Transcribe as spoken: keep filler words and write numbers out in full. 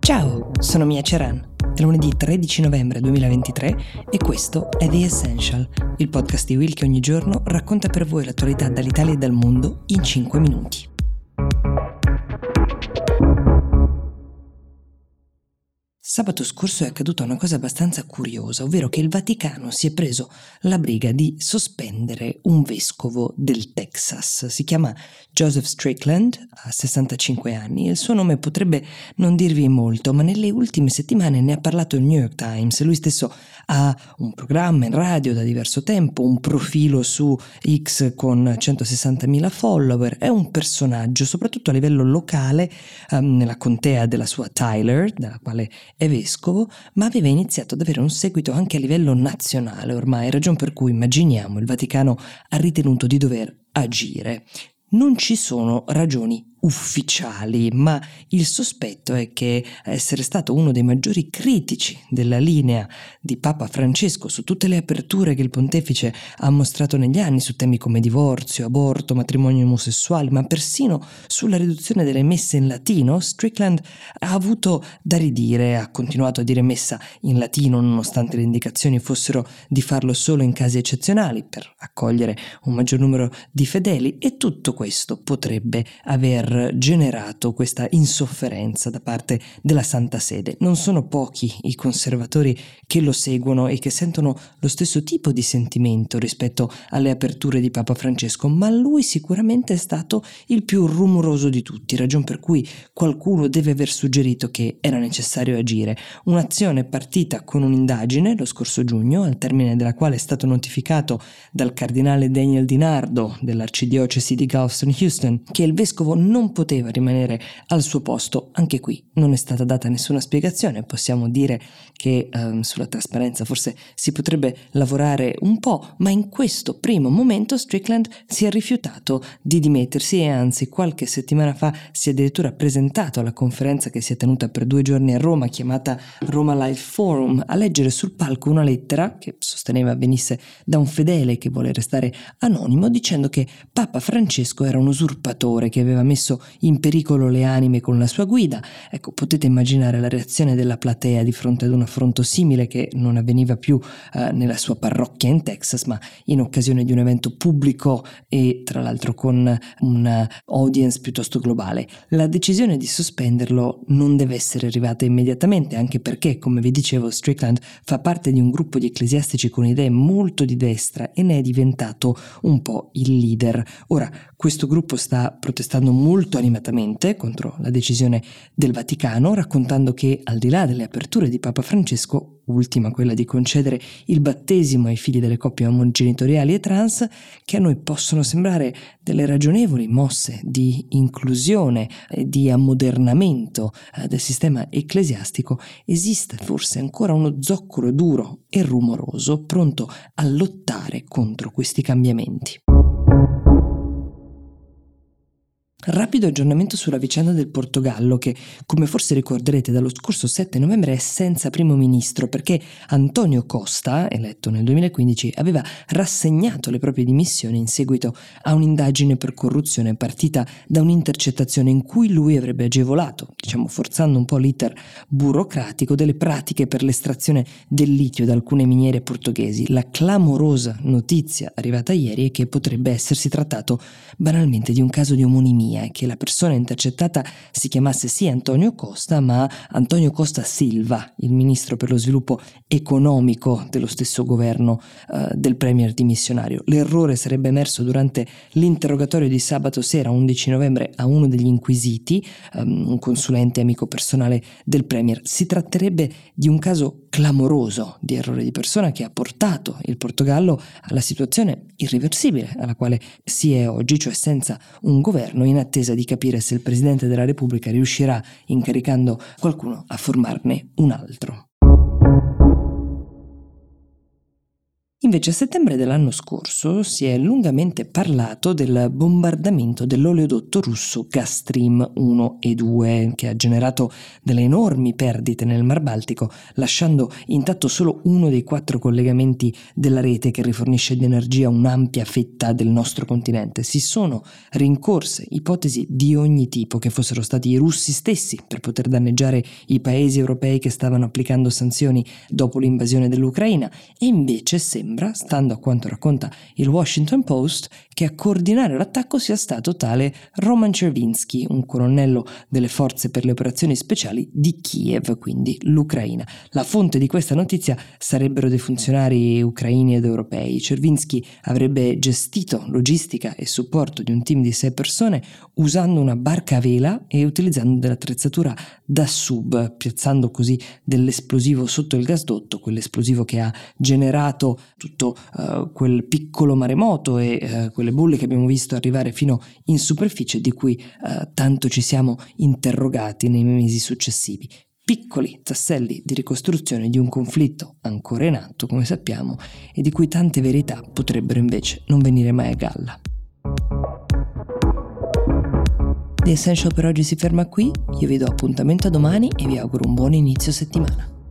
Ciao, sono Mia Ceran. È lunedì tredici novembre duemilaventitré e questo è The Essential, il podcast di Will che ogni giorno racconta per voi l'attualità dall'Italia e dal mondo in cinque minuti. Sabato scorso è accaduta una cosa abbastanza curiosa, ovvero che il Vaticano si è preso la briga di sospendere un vescovo del Texas. Si chiama Joseph Strickland, ha sessantacinque anni e il suo nome potrebbe non dirvi molto, ma nelle ultime settimane ne ha parlato il New York Times. Lui stesso ha un programma in radio da diverso tempo, un profilo su X con centosessantamila follower, è un personaggio soprattutto a livello locale um, nella contea della sua Tyler, della quale è vescovo, ma aveva iniziato ad avere un seguito anche a livello nazionale ormai, ragion per cui immaginiamo il Vaticano ha ritenuto di dover agire. Non ci sono ragioni ufficiali, ma il sospetto è che essere stato uno dei maggiori critici della linea di Papa Francesco su tutte le aperture che il pontefice ha mostrato negli anni su temi come divorzio, aborto, matrimonio omosessuale, ma persino sulla riduzione delle messe in latino, Strickland ha avuto da ridire, ha continuato a dire messa in latino nonostante le indicazioni fossero di farlo solo in casi eccezionali per accogliere un maggior numero di fedeli, e tutto questo potrebbe aver generato questa insofferenza da parte della Santa Sede. Non sono pochi i conservatori che lo seguono e che sentono lo stesso tipo di sentimento rispetto alle aperture di Papa Francesco, ma lui sicuramente è stato il più rumoroso di tutti, ragion per cui qualcuno deve aver suggerito che era necessario agire. Un'azione partita con un'indagine lo scorso giugno, al termine della quale è stato notificato dal cardinale Daniel Di Nardo dell'arcidiocesi di Galveston-Houston che il vescovo non poteva rimanere al suo posto. Anche qui non è stata data nessuna spiegazione. Possiamo dire che ehm, sulla trasparenza forse si potrebbe lavorare un po', ma in questo primo momento Strickland si è rifiutato di dimettersi e anzi qualche settimana fa si è addirittura presentato alla conferenza che si è tenuta per due giorni a Roma, chiamata Roma Life Forum, a leggere sul palco una lettera che sosteneva venisse da un fedele che vuole restare anonimo, dicendo che Papa Francesco era un usurpatore che aveva messo in pericolo le anime con la sua guida. Ecco, potete immaginare la reazione della platea di fronte ad un affronto simile che non avveniva più eh, nella sua parrocchia in Texas, ma in occasione di un evento pubblico e tra l'altro con un audience piuttosto globale. La decisione di sospenderlo non deve essere arrivata immediatamente, anche perché, come vi dicevo, Strickland fa parte di un gruppo di ecclesiastici con idee molto di destra e ne è diventato un po' il leader. Ora, questo gruppo sta protestando molto animatamente contro la decisione del Vaticano, raccontando che al di là delle aperture di Papa Francesco, ultima quella di concedere il battesimo ai figli delle coppie omogenitoriali e trans, che a noi possono sembrare delle ragionevoli mosse di inclusione e di ammodernamento eh, del sistema ecclesiastico, esiste forse ancora uno zoccolo duro e rumoroso pronto a lottare contro questi cambiamenti. Rapido aggiornamento sulla vicenda del Portogallo che, come forse ricorderete, dallo scorso sette novembre è senza primo ministro perché António Costa, eletto nel duemilaquindici, aveva rassegnato le proprie dimissioni in seguito a un'indagine per corruzione partita da un'intercettazione in cui lui avrebbe agevolato, diciamo forzando un po' l'iter burocratico, delle pratiche per l'estrazione del litio da alcune miniere portoghesi. La clamorosa notizia arrivata ieri è che potrebbe essersi trattato banalmente di un caso di omonimia e che la persona intercettata si chiamasse sì António Costa, ma António Costa Silva, il ministro per lo sviluppo economico dello stesso governo uh, del premier dimissionario. L'errore sarebbe emerso durante l'interrogatorio di sabato sera undici novembre a uno degli inquisiti, um, un consulente amico personale del premier. Si tratterebbe di un caso clamoroso di errore di persona che ha portato il Portogallo alla situazione irreversibile alla quale si è oggi, cioè senza un governo, in attesa di capire se il Presidente della Repubblica riuscirà, incaricando qualcuno, a formarne un altro. Invece a settembre dell'anno scorso si è lungamente parlato del bombardamento dell'oleodotto russo Gazprom uno e due, che ha generato delle enormi perdite nel Mar Baltico, lasciando intatto solo uno dei quattro collegamenti della rete che rifornisce di energia un'ampia fetta del nostro continente. Si sono rincorse ipotesi di ogni tipo, che fossero stati i russi stessi per poter danneggiare i paesi europei che stavano applicando sanzioni dopo l'invasione dell'Ucraina, e invece sembra, stando a quanto racconta il Washington Post, che a coordinare l'attacco sia stato tale Roman Chervinsky, un colonnello delle forze per le operazioni speciali di Kiev, quindi l'Ucraina. La fonte di questa notizia sarebbero dei funzionari ucraini ed europei. Chervinsky avrebbe gestito logistica e supporto di un team di sei persone usando una barca a vela e utilizzando dell'attrezzatura da sub, piazzando così dell'esplosivo sotto il gasdotto, quell'esplosivo che ha generato tutto uh, quel piccolo maremoto e uh, quelle bolle che abbiamo visto arrivare fino in superficie, di cui uh, tanto ci siamo interrogati nei mesi successivi. Piccoli tasselli di ricostruzione di un conflitto ancora in atto, come sappiamo, e di cui tante verità potrebbero invece non venire mai a galla. The Essential per oggi si ferma qui, io vi do appuntamento a domani e vi auguro un buon inizio settimana.